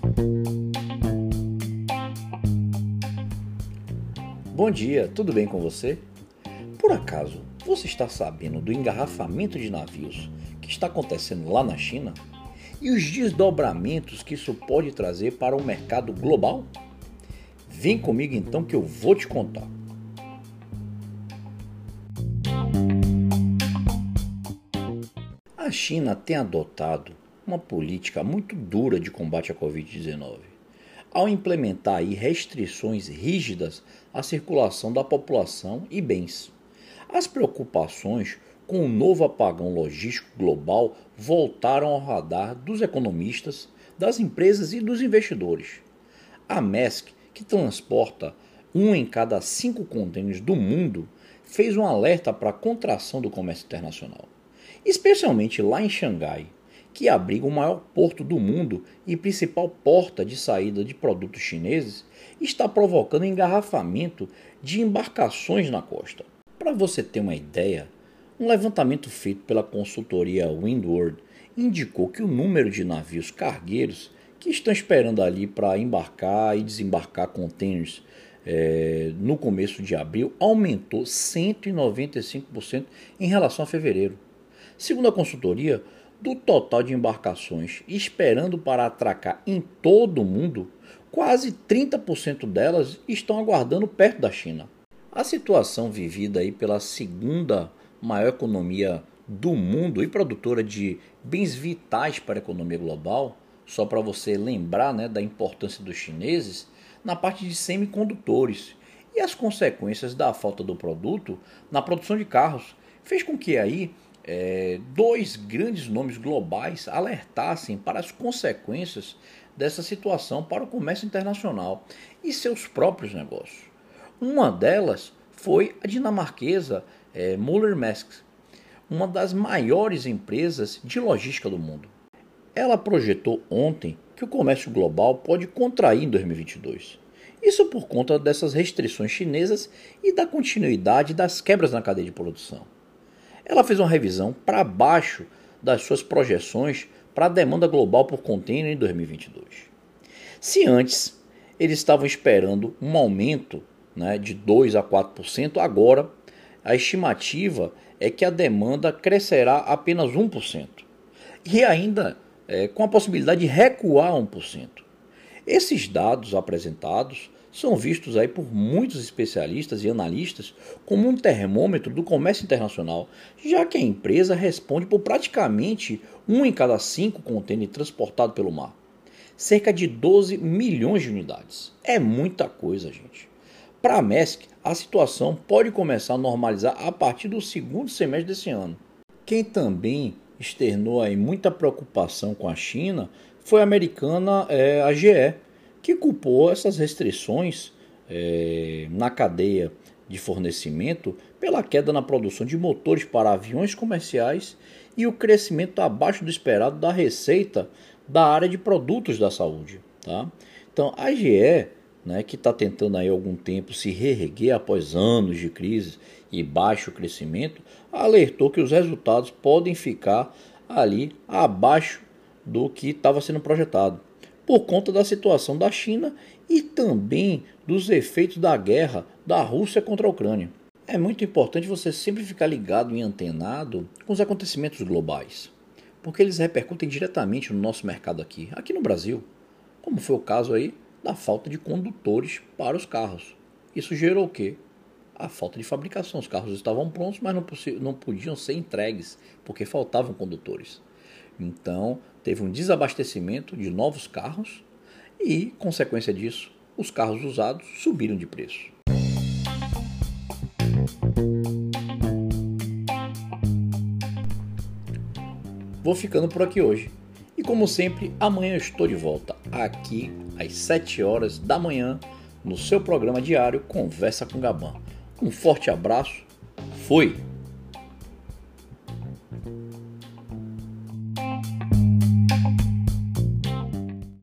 Bom dia, tudo bem com você? Por acaso, você está sabendo do engarrafamento de navios que está acontecendo lá na China? E os desdobramentos que isso pode trazer para o mercado global? Vem comigo então que eu vou te contar. A China tem adotado uma política muito dura de combate à Covid-19, ao implementar aí restrições rígidas à circulação da população e bens. As preocupações com o novo apagão logístico global voltaram ao radar dos economistas, das empresas e dos investidores. A Maersk, que transporta 1 em cada 5 contêineres do mundo, fez um alerta para a contração do comércio internacional, especialmente lá em Xangai, que abriga o maior porto do mundo e principal porta de saída de produtos chineses, está provocando engarrafamento de embarcações na costa. Para você ter uma ideia, um levantamento feito pela consultoria Windward indicou que o número de navios cargueiros que estão esperando ali para embarcar e desembarcar contêineres no começo de abril aumentou 195% em relação a fevereiro. Segundo a consultoria, do total de embarcações esperando para atracar em todo o mundo, quase 30% delas estão aguardando perto da China. A situação vivida aí pela segunda maior economia do mundo e produtora de bens vitais para a economia global, só para você lembrar, da importância dos chineses, na parte de semicondutores e as consequências da falta do produto na produção de carros, fez com que aí dois grandes nomes globais alertassem para as consequências dessa situação para o comércio internacional e seus próprios negócios. Uma delas foi a dinamarquesa Møller-Maersk, uma das maiores empresas de logística do mundo. Ela projetou ontem que o comércio global pode contrair em 2022. Isso por conta dessas restrições chinesas e da continuidade das quebras na cadeia de produção. Ela fez uma revisão para baixo das suas projeções para a demanda global por contêiner em 2022. Se antes eles estavam esperando um aumento de 2 a 4%, agora a estimativa é que a demanda crescerá apenas 1%. E ainda com a possibilidade de recuar 1%. Esses dados apresentados são vistos aí por muitos especialistas e analistas como um termômetro do comércio internacional, já que a empresa responde por praticamente 1 em cada 5 contêineres transportados pelo mar. Cerca de 12 milhões de unidades. É muita coisa, gente. Para a Maersk, a situação pode começar a normalizar a partir do segundo semestre desse ano. Quem também externou aí muita preocupação com a China foi a americana a GE, que culpou essas restrições na cadeia de fornecimento pela queda na produção de motores para aviões comerciais e o crescimento abaixo do esperado da receita da área de produtos da saúde. Tá? Então, a GE, que está tentando aí há algum tempo se reerguer após anos de crise e baixo crescimento, alertou que os resultados podem ficar ali abaixo do que estava sendo projetado, por conta da situação da China e também dos efeitos da guerra da Rússia contra a Ucrânia. É muito importante você sempre ficar ligado e antenado com os acontecimentos globais, porque eles repercutem diretamente no nosso mercado aqui no Brasil, como foi o caso aí da falta de condutores para os carros. Isso gerou o quê? A falta de fabricação. Os carros estavam prontos, mas não podiam ser entregues, porque faltavam condutores. Então, teve um desabastecimento de novos carros e, consequência disso, os carros usados subiram de preço. Vou ficando por aqui hoje. E como sempre, amanhã eu estou de volta, aqui às 7 horas da manhã, no seu programa diário Conversa com Gabão. Um forte abraço, fui!